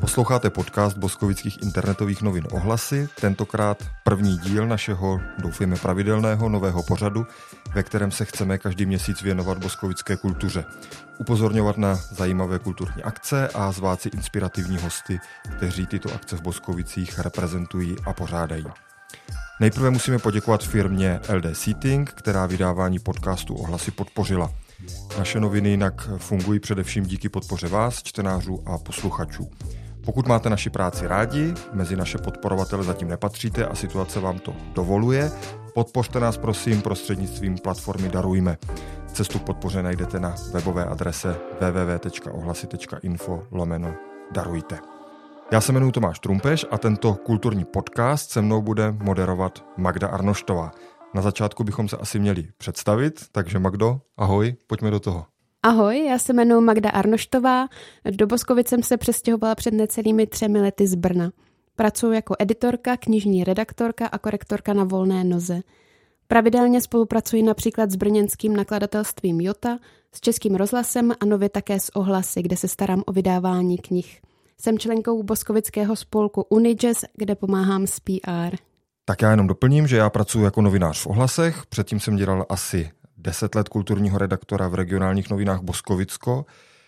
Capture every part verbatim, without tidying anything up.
Posloucháte podcast Boskovických internetových novin Ohlasy, tentokrát první díl našeho, doufejme pravidelného, nového pořadu, ve kterém se chceme každý měsíc věnovat boskovické kultuře. Upozorňovat na zajímavé kulturní akce a zvát si inspirativní hosty, kteří tyto akce v Boskovicích reprezentují a pořádají. Nejprve musíme poděkovat firmě L D Seating, která vydávání podcastu Ohlasy podpořila. Naše noviny jinak fungují především díky podpoře vás, čtenářů a posluchačů. Pokud máte naši práci rádi, mezi naše podporovatele zatím nepatříte a situace vám to dovoluje, podpořte nás prosím prostřednictvím platformy Darujme. Cestu k podpoře najdete na webové adrese w w w tečka ohlasy tečka info lomeno darujte. Já se jmenuji Tomáš Trumpeš a tento kulturní podcast se mnou bude moderovat Magda Arnoštová. Na začátku bychom se asi měli představit, takže Magdo, ahoj, pojďme do toho. Ahoj, já se jmenuji Magda Arnoštová, do Boskovic jsem se přestěhovala před necelými třemi lety z Brna. Pracuji jako editorka, knižní redaktorka a korektorka na volné noze. Pravidelně spolupracuji například s brněnským nakladatelstvím Jota, s Českým rozhlasem a nově také s Ohlasy, kde se starám o vydávání knih. Jsem členkou boskovického spolku Unijazz, kde pomáhám s P R. Tak já jenom doplním, že já pracuji jako novinář v Ohlasech, předtím jsem dělal asi deset let kulturního redaktora v regionálních novinách Boskovicko.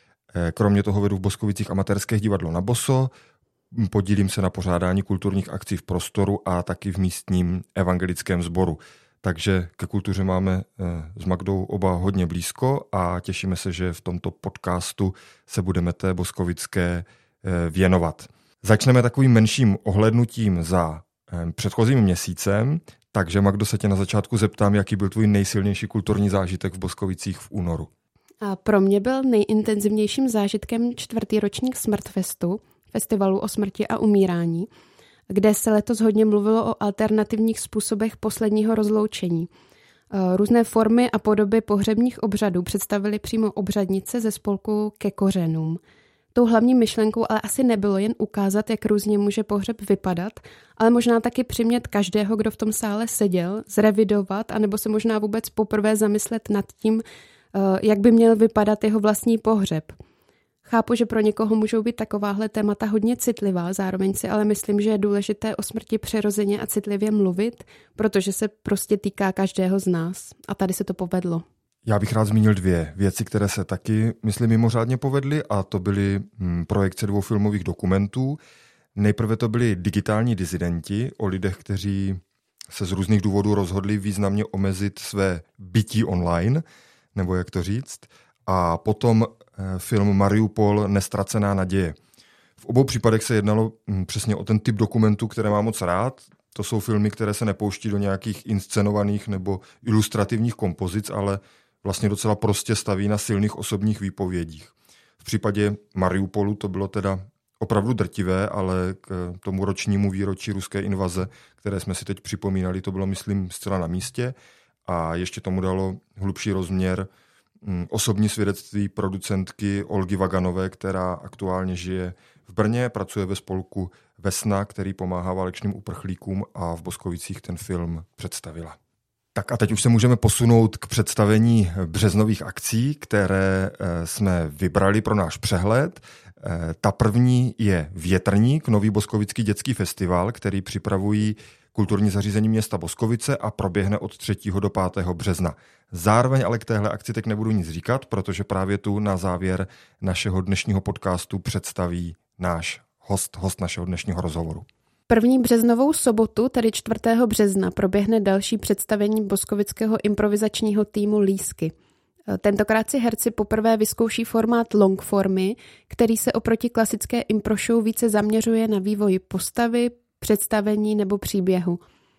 Kromě toho vedu v Boskovicích amatérské divadlo Na Boso, podílím se na pořádání kulturních akcí v prostoru a taky v místním evangelickém sboru. Takže ke kultuře máme s Magdou oba hodně blízko a těšíme se, že v tomto podcastu se budeme té boskovické věnovat. Začneme takovým menším ohlédnutím za předchozím měsícem, takže Magdo, se tě na začátku zeptám, jaký byl tvůj nejsilnější kulturní zážitek v Boskovicích v únoru. A pro mě byl nejintenzivnějším zážitkem čtvrtý ročník Smrtfestu, festivalu o smrti a umírání, kde se letos hodně mluvilo o alternativních způsobech posledního rozloučení. Různé formy a podoby pohřebních obřadů představily přímo obřadnice ze spolku Ke kořenům. Tou hlavní myšlenkou ale asi nebylo jen ukázat, jak různě může pohřeb vypadat, ale možná taky přimět každého, kdo v tom sále seděl, zrevidovat, anebo se možná vůbec poprvé zamyslet nad tím, jak by měl vypadat jeho vlastní pohřeb. Chápu, že pro někoho můžou být takováhle témata hodně citlivá, zároveň si ale myslím, že je důležité o smrti přirozeně a citlivě mluvit, protože se prostě týká každého z nás. A tady se to povedlo. Já bych rád zmínil dvě věci, které se taky, myslím, mimořádně povedly, a to byly hm, projekce dvou filmových dokumentů. Nejprve to byli digitální disidenti o lidech, kteří se z různých důvodů rozhodli významně omezit své bytí online, nebo jak to říct, a potom eh, film Mariupol Nestracená naděje. V obou případech se jednalo hm, přesně o ten typ dokumentů, které mám moc rád. To jsou filmy, které se nepouští do nějakých inscenovaných nebo ilustrativních kompozic, ale vlastně docela prostě staví na silných osobních výpovědích. V případě Mariupolu to bylo teda opravdu drtivé, ale k tomu ročnímu výročí ruské invaze, které jsme si teď připomínali, to bylo, myslím, zcela na místě. A ještě tomu dalo hlubší rozměr osobní svědectví producentky Olgy Vaganové, která aktuálně žije v Brně, pracuje ve spolku Vesna, který pomáhá válečným uprchlíkům, a v Boskovicích ten film představila. Tak a teď už se můžeme posunout k představení březnových akcí, které jsme vybrali pro náš přehled. Ta první je Větrník, nový boskovický dětský festival, který připravují kulturní zařízení města Boskovice a proběhne od třetího do pátého března. Zároveň ale k téhle akci teď nebudu nic říkat, protože právě tu na závěr našeho dnešního podcastu představí náš host, host našeho dnešního rozhovoru. První březnovou sobotu, tedy čtvrtého března, proběhne další představení boskovického improvizačního týmu Lísky. Tentokrát si herci poprvé vyzkouší formát longformy, který se oproti klasické impro show více zaměřuje na vývoj postavy, představení nebo příběhu.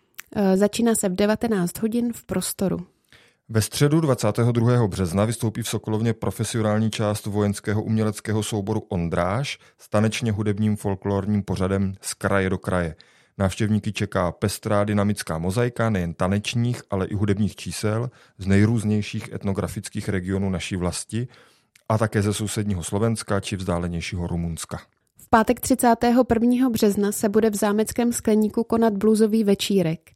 Začíná se v devatenáct hodin v prostoru. Ve středu dvacátého druhého března vystoupí v Sokolovně profesionální část vojenského uměleckého souboru Ondráž s tanečně hudebním folklorním pořadem Z kraje do kraje. Návštěvníky čeká pestrá dynamická mozaika nejen tanečních, ale i hudebních čísel z nejrůznějších etnografických regionů naší vlasti a také ze sousedního Slovenska či vzdálenějšího Rumunska. V pátek třicátého prvního března se bude v Zámeckém skleníku konat bluesový večírek.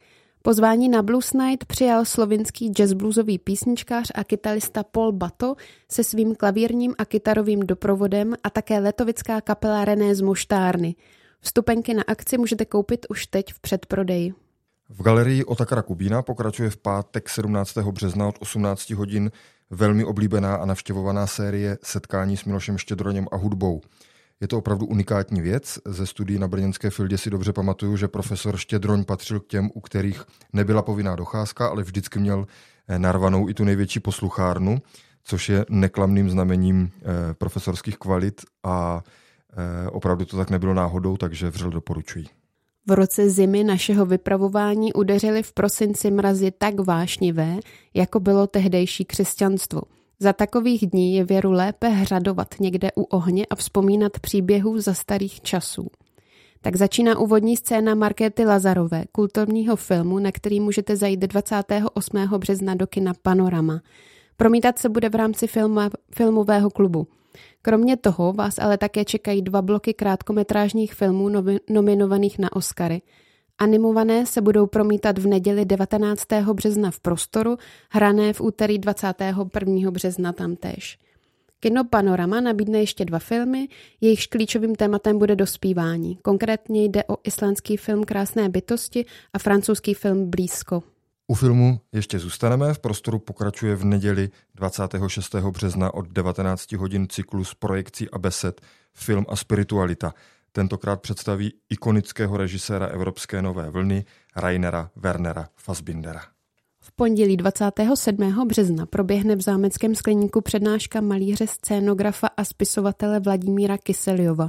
Pozvání na Blues Night přijal slovinský jazzbluesový písničkář a kytarista Paul Bato se svým klavírním a kytarovým doprovodem a také letovická kapela René z Moštárny. Vstupenky na akci můžete koupit už teď v předprodeji. V galerii Otakara Kubína pokračuje v pátek sedmnáctého března od osmnácti hodin velmi oblíbená a navštěvovaná série Setkání s Milošem Štědroněm a hudbou. Je to opravdu unikátní věc. Ze studií na brněnské Fildě si dobře pamatuju, že profesor Štědroň patřil k těm, u kterých nebyla povinná docházka, ale vždycky měl narvanou i tu největší posluchárnu, což je neklamným znamením profesorských kvalit a opravdu to tak nebylo náhodou, takže vřele doporučuji. V roce zimy našeho vypravování udeřily v prosinci mrazy tak vášnivé, jako bylo tehdejší křesťanstvo. Za takových dní je věru lépe hřadovat někde u ohně a vzpomínat příběhů za starých časů. Tak začíná úvodní scéna Markéty Lazarové, kultovního filmu, na který můžete zajít dvacátého osmého března do kina Panorama. Promítat se bude v rámci filma, filmového klubu. Kromě toho vás ale také čekají dva bloky krátkometrážních filmů novi, nominovaných na Oscary. Animované se budou promítat v neděli devatenáctého března v Prostoru, hrané v úterý dvacátého prvního března tamtéž. Kino Panorama nabídne ještě dva filmy, jejichž klíčovým tématem bude dospívání. Konkrétně jde o islandský film Krásné bytosti a francouzský film Blízko. U filmu ještě zůstaneme. V Prostoru pokračuje v neděli dvacátého šestého března od devatenácti hodin cyklus projekcí a besed Film a spiritualita. Tentokrát představí ikonického režiséra evropské nové vlny Rainera Wernera Fassbindera. V pondělí dvacátého sedmého března proběhne v Zámeckém skleníku přednáška malíře, scénografa a spisovatele Vladimíra Kyselyova.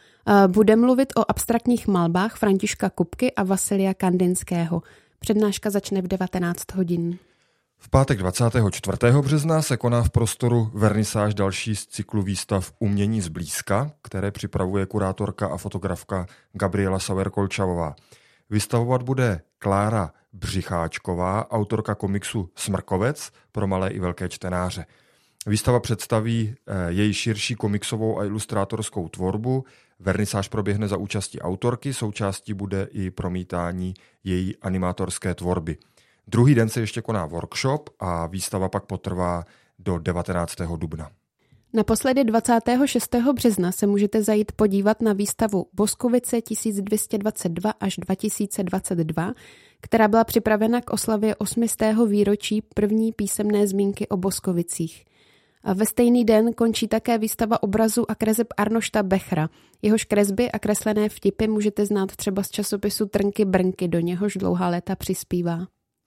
Bude mluvit o abstraktních malbách Františka Kupky a Vasilia Kandinského. Přednáška začne v devatenáct hodin. V pátek dvacátého čtvrtého března se koná v Prostoru vernisáž další z cyklu výstav Umění zblízka, které připravuje kurátorka a fotografka Gabriela Sauer-Kolčavová. Vystavovat bude Klára Břicháčková, autorka komiksu Smrkovec pro malé i velké čtenáře. Výstava představí její širší komiksovou a ilustrátorskou tvorbu. Vernisáž proběhne za účasti autorky, součástí bude i promítání její animátorské tvorby. Druhý den se ještě koná workshop a výstava pak potrvá do devatenáctého dubna. Naposledy dvacátého šestého března se můžete zajít podívat na výstavu Boskovice tisíc dvě stě dvacet dva až dva tisíce dvacet dva, která byla připravena k oslavě osmistého výročí první písemné zmínky o Boskovicích. A ve stejný den končí také výstava obrazu a kreseb Arnošta Bechra. Jehož kresby a kreslené vtipy můžete znát třeba z časopisu Trnky Brnky, do něhož dlouhá léta přispívá.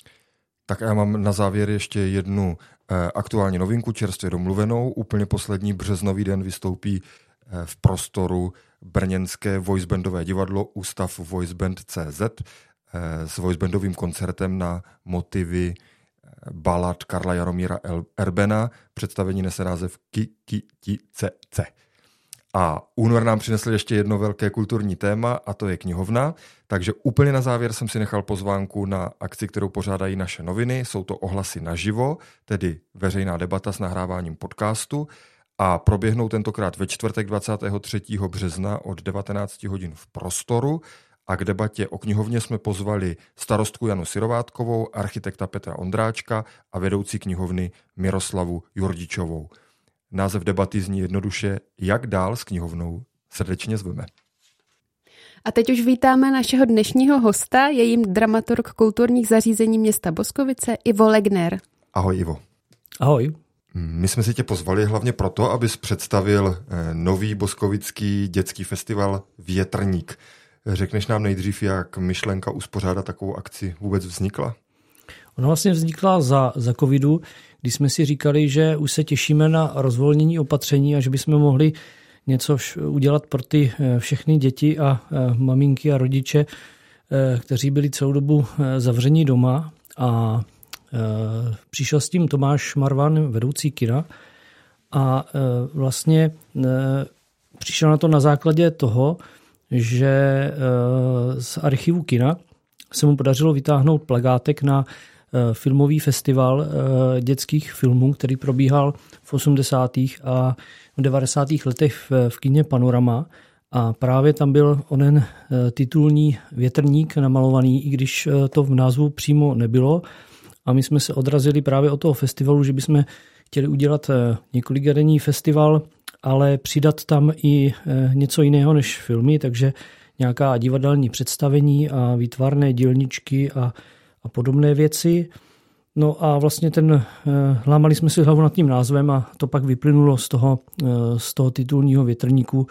Tak já mám na závěr ještě jednu eh, aktuální novinku, čerstvě domluvenou. Úplně poslední březnový den vystoupí eh, v Prostoru brněnské voicebandové divadlo Ústav voiceband tečka cé zet eh, s voicebandovým koncertem na motivy balad Karla Jaromíra Erbena. Představení nese název Ki, ki, ti, ce, ce. A únor nám přinesl ještě jedno velké kulturní téma a to je knihovna. Takže úplně na závěr jsem si nechal pozvánku na akci, kterou pořádají naše noviny. Jsou to ohlasy naživo, tedy veřejná debata s nahráváním podcastu a proběhnou tentokrát ve čtvrtek dvacátého třetího března od devatenácti hodin v Prostoru. A k debatě o knihovně jsme pozvali starostku Janu Syrovátkovou, architekta Petra Ondráčka a vedoucí knihovny Miroslavu Jurdičovou. Název debaty zní jednoduše Jak dál s knihovnou. Srdečně zveme. A teď už vítáme našeho dnešního hosta, je jím dramaturg kulturních zařízení města Boskovice Ivo Legner. Ahoj Ivo. Ahoj. My jsme si tě pozvali hlavně proto, abys představil nový boskovický dětský festival Větrník. Řekneš nám nejdřív, jak myšlenka uspořádat takovou akci vůbec vznikla? Ona vlastně vznikla za, za covidu, kdy jsme si říkali, že už se těšíme na rozvolnění opatření a že bychom mohli něco udělat pro ty všechny děti a maminky a rodiče, kteří byli celou dobu zavření doma. A přišel s tím Tomáš Marvan, vedoucí kina, a vlastně přišel na to na základě toho, že z archivu kina se mu podařilo vytáhnout plakátek na filmový festival dětských filmů, který probíhal v osmdesátých a devadesátých letech v kině Panorama. A právě tam byl onen titulní větrník namalovaný, i když to v názvu přímo nebylo. A my jsme se odrazili právě od toho festivalu, že bychom chtěli udělat několikadenní festival, ale přidat tam i něco jiného než filmy, takže nějaká divadelní představení a výtvarné dílničky a, a podobné věci. No a vlastně ten, lámali jsme si hlavu nad tím názvem a to pak vyplynulo z toho, z toho titulního větrníku.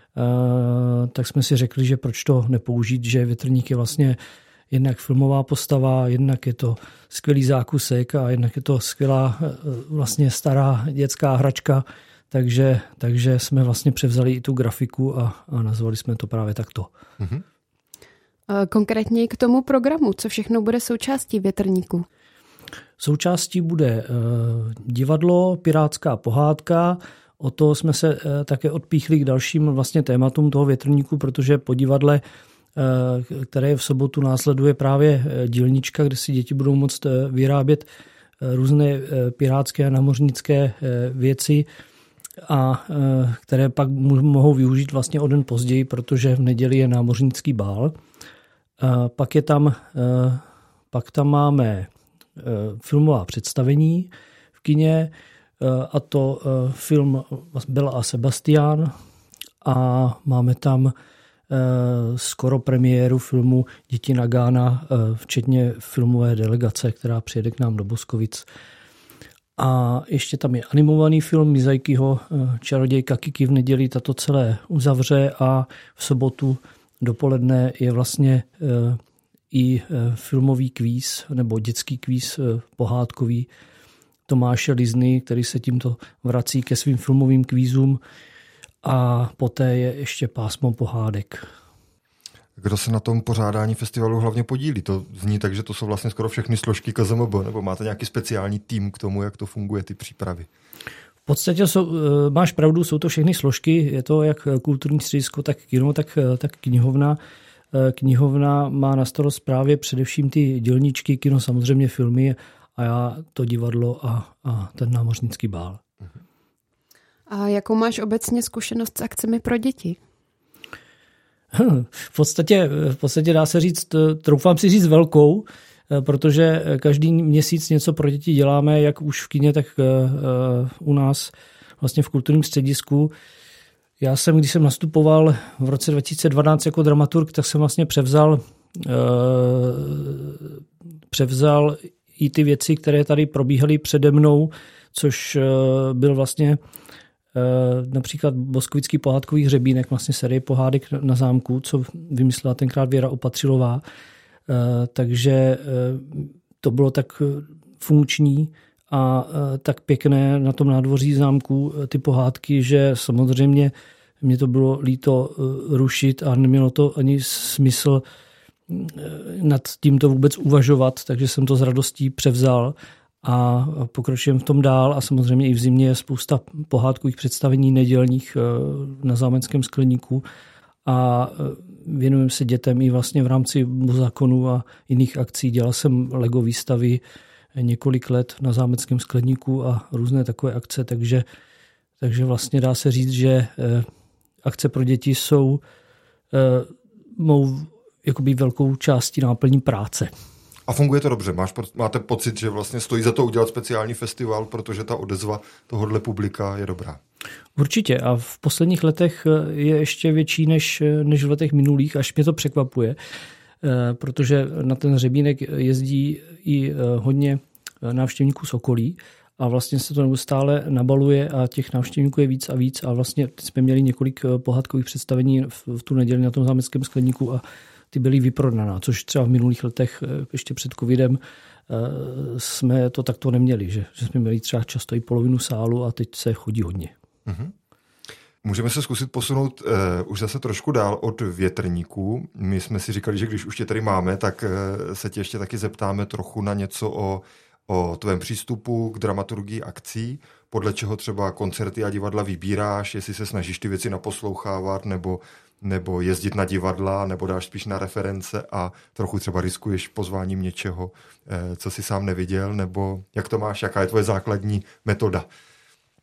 Tak jsme si řekli, že proč to nepoužít, že větrník je vlastně jednak filmová postava, jednak je to skvělý zákusek a jednak je to skvělá vlastně stará dětská hračka, takže, takže jsme vlastně převzali i tu grafiku a, a nazvali jsme to právě takto. Mm-hmm. Konkrétně k tomu programu, co všechno bude součástí větrníku? Součástí bude divadlo, pirátská pohádka. O to jsme se také odpíchli k dalším vlastně tématům toho větrníku, protože po divadle, které v sobotu následuje právě dílnička, kde si děti budou moct vyrábět různé pirátské a námořnické věci, a které pak mohou využít vlastně o den později, protože v neděli je námořnický bál. Pak je tam, pak tam máme filmová představení v kině, a to film Bela a Sebastian, a máme tam skoro premiéru filmu Děti na Gána, včetně filmové delegace, která přijede k nám do Boskovic. A ještě tam je animovaný film Mizajkyho Čarodějka Kiki v neděli, tato celé uzavře, a v sobotu dopoledne je vlastně i filmový kvíz nebo dětský kvíz pohádkový Tomáše Lizny, který se tímto vrací ke svým filmovým kvízům, a poté je ještě pásmo pohádek. Kdo se na tom pořádání festivalu hlavně podílí? To zní tak, že to jsou vlastně skoro všechny složky K Z M B, nebo máte nějaký speciální tým k tomu, jak to funguje, ty přípravy? V podstatě jsou, máš pravdu, jsou to všechny složky, je to jak kulturní středisko, tak kino, tak, tak knihovna. Knihovna má na starost právě především ty dělničky, kino, samozřejmě filmy, a já to divadlo a, a ten námořnický bál. A jakou máš obecně zkušenost s akcemi pro děti? V podstatě, v podstatě dá se říct, troufám si říct velkou, protože každý měsíc něco pro děti děláme, jak už v kině, tak u nás vlastně v kulturním středisku. Já jsem, když jsem nastupoval v roce dva tisíce dvanáct jako dramaturg, tak jsem vlastně převzal, převzal i ty věci, které tady probíhaly přede mnou, což byl vlastně například Boskovický pohádkový hřebínek, vlastně série pohádek na zámku, co vymyslela tenkrát Věra Opatřilová. Takže to bylo tak funkční a tak pěkné na tom nádvoří zámku ty pohádky, že samozřejmě mě to bylo líto rušit a nemělo to ani smysl nad tímto vůbec uvažovat, takže jsem to s radostí převzal a pokračujeme v tom dál, a samozřejmě i v zimě je spousta pohádkových představení nedělních na Zámeckém skleníku a věnujeme se dětem i vlastně v rámci Bozakonu a jiných akcí. Dělal jsem Lego výstavy několik let na Zámeckém skleníku a různé takové akce, takže, takže vlastně dá se říct, že akce pro děti jsou mou jakoby velkou částí náplní práce. A funguje to dobře? Máš, máte pocit, že vlastně stojí za to udělat speciální festival, protože ta odezva tohohle publika je dobrá? Určitě, a v posledních letech je ještě větší než, než v letech minulých, až mě to překvapuje, protože na ten hřebínek jezdí i hodně návštěvníků z okolí a vlastně se to neustále nabaluje a těch návštěvníků je víc a víc, a vlastně jsme měli několik pohádkových představení v tu neděli na tom Zámeckém skleníku a ty byly vyprodaná, což třeba v minulých letech ještě před covidem jsme to takto neměli, že, že jsme měli třeba často i polovinu sálu a teď se chodí hodně. Mm-hmm. Můžeme se zkusit posunout uh, už zase trošku dál od větrníků. My jsme si říkali, že když už tě tady máme, tak uh, se tě ještě taky zeptáme trochu na něco o, o tvém přístupu k dramaturgii akcí, podle čeho třeba koncerty a divadla vybíráš, jestli se snažíš ty věci naposlouchávat, nebo nebo jezdit na divadla, nebo dáš spíš na reference a trochu třeba riskuješ pozváním něčeho, co si sám neviděl, nebo jak to máš, jaká je tvoje základní metoda?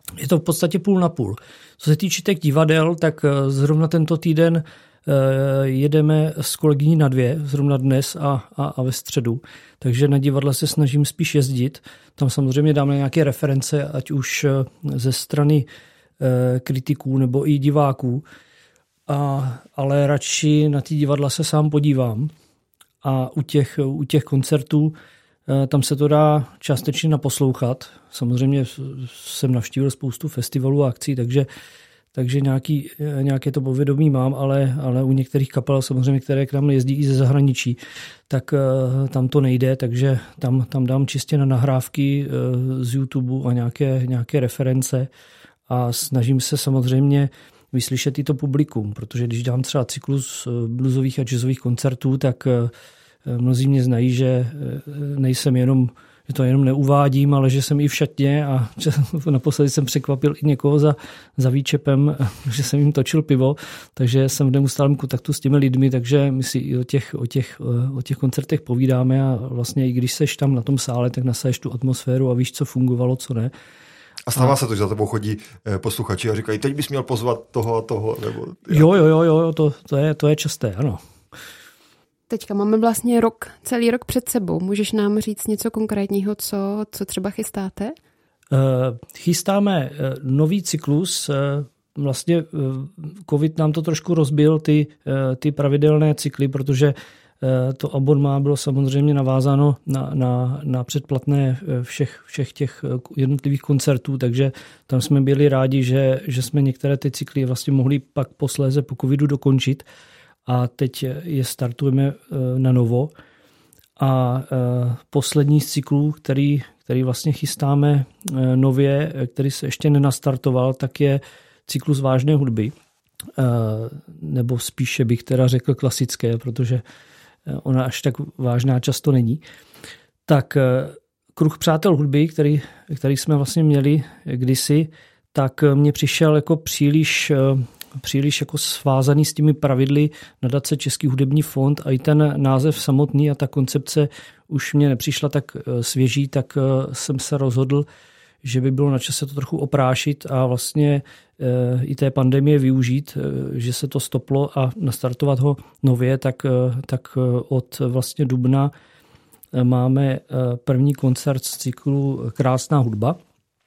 je to v podstatě půl na půl. Co se týče těch divadel, tak zrovna tento týden jedeme s kolegyní na dvě, zrovna dnes a, a, a ve středu. Takže na divadle se snažím spíš jezdit. Tam samozřejmě dáme nějaké reference, ať už ze strany kritiků nebo i diváků. A, ale radši na ty divadla se sám podívám. A u těch, u těch koncertů tam se to dá částečně naposlouchat. Samozřejmě jsem navštívil spoustu festivalů a akcí, takže, takže nějaký, nějaké to povědomí mám, ale, ale u některých kapel samozřejmě, které k nám jezdí i ze zahraničí, tak tam to nejde, takže tam, tam dám čistě na nahrávky z YouTube a nějaké, nějaké reference a snažím se samozřejmě vyslyšet i to publikum, protože když dám třeba cyklus bluesových a jazzových koncertů, tak mnozí mě znají, že nejsem jenom, že to jenom neuvádím, ale že jsem i v šatně a naposledy jsem překvapil i někoho za, za výčepem, že jsem jim točil pivo, takže jsem v neustálém kontaktu s těmi lidmi, takže my si i o těch, o těch, o těch koncertech povídáme a vlastně i když seš tam na tom sále, tak nasaješ tu atmosféru a víš, co fungovalo, co ne. A stává a... se to, že za tebou chodí posluchači a říkají, teď bys měl pozvat toho a toho. Nebo... Jo, jo, jo, jo, to, to, je, to je časté, ano. Teďka máme vlastně rok, celý rok před sebou. Můžeš nám říct něco konkrétního, co, co třeba chystáte? Chystáme nový cyklus. Vlastně covid nám to trošku rozbil, ty, ty pravidelné cykly, protože to abonmá bylo samozřejmě navázáno na, na, na předplatné všech, všech těch jednotlivých koncertů, takže tam jsme byli rádi, že, že jsme některé ty cykly vlastně mohli pak posléze po covidu dokončit. A teď je startujeme na novo. A poslední z cyklů, který, který vlastně chystáme nově, který se ještě nenastartoval, tak je cyklus vážné hudby. Nebo spíše bych teda řekl klasické, protože ona až tak vážná často není. Tak Kruh přátel hudby, který, který jsme vlastně měli kdysi, tak mně přišel jako příliš... příliš jako svázaný s těmi pravidly nadace Český hudební fond a i ten název samotný a ta koncepce už mě nepřišla tak svěží, tak jsem se rozhodl, že by bylo na čase to trochu oprášit a vlastně i té pandemie využít, že se to stoplo a nastartovat ho nově, tak, tak od vlastně dubna máme první koncert z cyklu Krásná hudba,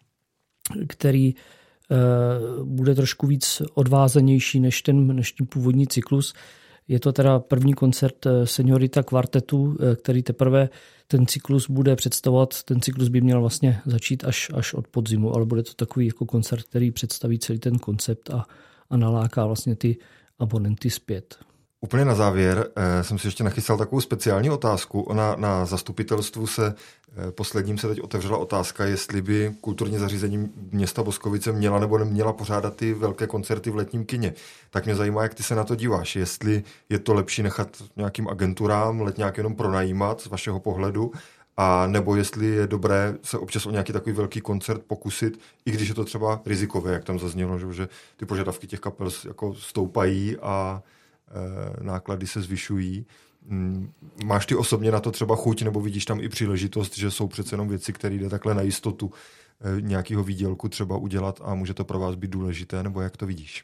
který bude trošku víc odvázanější než ten, než ten původní cyklus. Je to teda první koncert Seniorita kvartetu, který teprve ten cyklus bude představovat. Ten cyklus by měl vlastně začít až, až od podzimu, ale bude to takový jako koncert, který představí celý ten koncept a, a naláká vlastně ty abonenty zpět. Úplně na závěr eh, jsem si ještě nachystal takovou speciální otázku. Ona na zastupitelstvu se eh, posledním se teď otevřela otázka, jestli by kulturní zařízení města Boskovice měla nebo neměla pořádat ty velké koncerty v letním kině. Tak mě zajímá, jak ty se na to díváš. Jestli je to lepší nechat nějakým agenturám letňák jenom pronajímat z vašeho pohledu, a nebo jestli je dobré se občas o nějaký takový velký koncert pokusit, i když je to třeba rizikové, jak tam zaznělo, že ty požadavky těch kapel jako stoupají a náklady se zvyšují. Máš ty osobně na to třeba chuť, nebo vidíš tam i příležitost, že jsou přece jenom věci, které jde takhle na jistotu nějakého výdělku třeba udělat a může to pro vás být důležité, nebo jak to vidíš?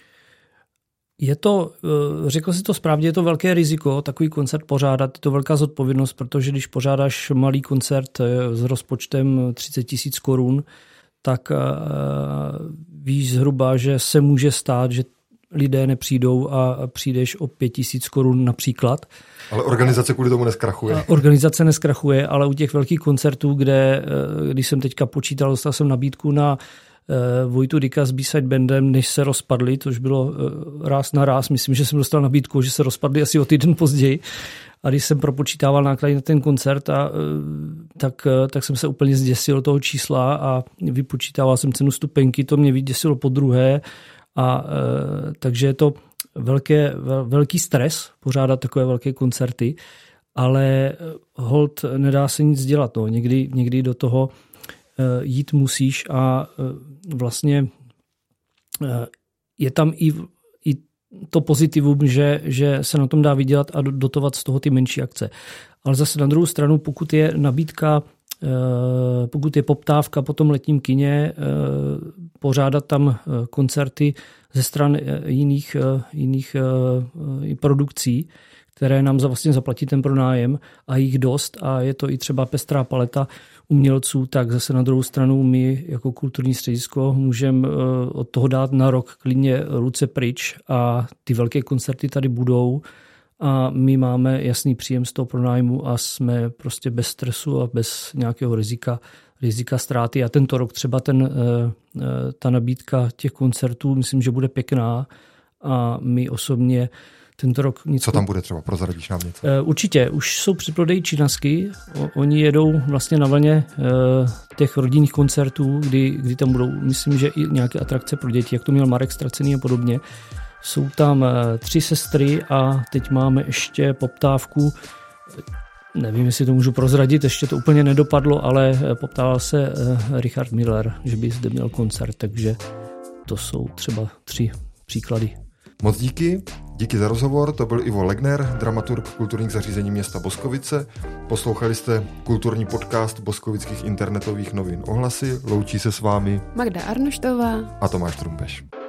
Je to, řekl si to správně, je to velké riziko takový koncert pořádat, je to velká zodpovědnost, protože když pořádáš malý koncert s rozpočtem třicet tisíc korun, tak víš zhruba, že se může stát, že lidé nepřijdou a přijdeš o pět tisíc korun například. Ale organizace kvůli tomu neskrachuje. Organizace neskrachuje, ale u těch velkých koncertů, kde, když jsem teďka počítal, dostal jsem nabídku na Vojtu Dika s B-side bandem, než se rozpadli, což bylo ráz na ráz. Myslím, že jsem dostal nabídku, že se rozpadli asi o týden později. A když jsem propočítával náklady na ten koncert, a, tak, tak jsem se úplně zděsil toho čísla a vypočítával jsem cenu stupenky, to mě vyděsilo po druhé. A e, takže je to velké, vel, velký stres pořádat takové velké koncerty, ale hold nedá se nic dělat. No. Někdy, někdy do toho e, jít musíš a e, vlastně e, je tam i, i to pozitivum, že, že se na tom dá vydělat a dotovat z toho ty menší akce. Ale zase na druhou stranu, pokud je nabídka, pokud je poptávka po tom letním kině pořádat tam koncerty ze stran jiných, jiných produkcí, které nám za vlastně zaplatí ten pronájem a jich dost a je to i třeba pestrá paleta umělců, tak zase na druhou stranu my jako kulturní středisko můžeme od toho dát na rok klidně ruce pryč a ty velké koncerty tady budou a my máme jasný příjem z toho pronájmu a jsme prostě bez stresu a bez nějakého rizika, rizika ztráty. A tento rok třeba ten, ta nabídka těch koncertů myslím, že bude pěkná a my osobně tento rok nic. Co tam bude třeba? Prozradíš nám něco? Určitě. Už jsou předprodeji činasky. Oni jedou vlastně na vlně těch rodinných koncertů, kdy, kdy tam budou, myslím, že i nějaké atrakce pro děti, jak to měl Marek Ztracený a podobně. Jsou tam tři sestry a teď máme ještě poptávku. Nevím, jestli to můžu prozradit, ještě to úplně nedopadlo, ale poptával se Richard Miller, že by zde měl koncert, takže to jsou třeba tři příklady. Moc díky. Díky za rozhovor, to byl Ivo Legner, dramaturg kulturních zařízení města Boskovice. Poslouchali jste kulturní podcast boskovických internetových novin Ohlasy. Loučí se s vámi Magda Arnoštová a Tomáš Trumpeš.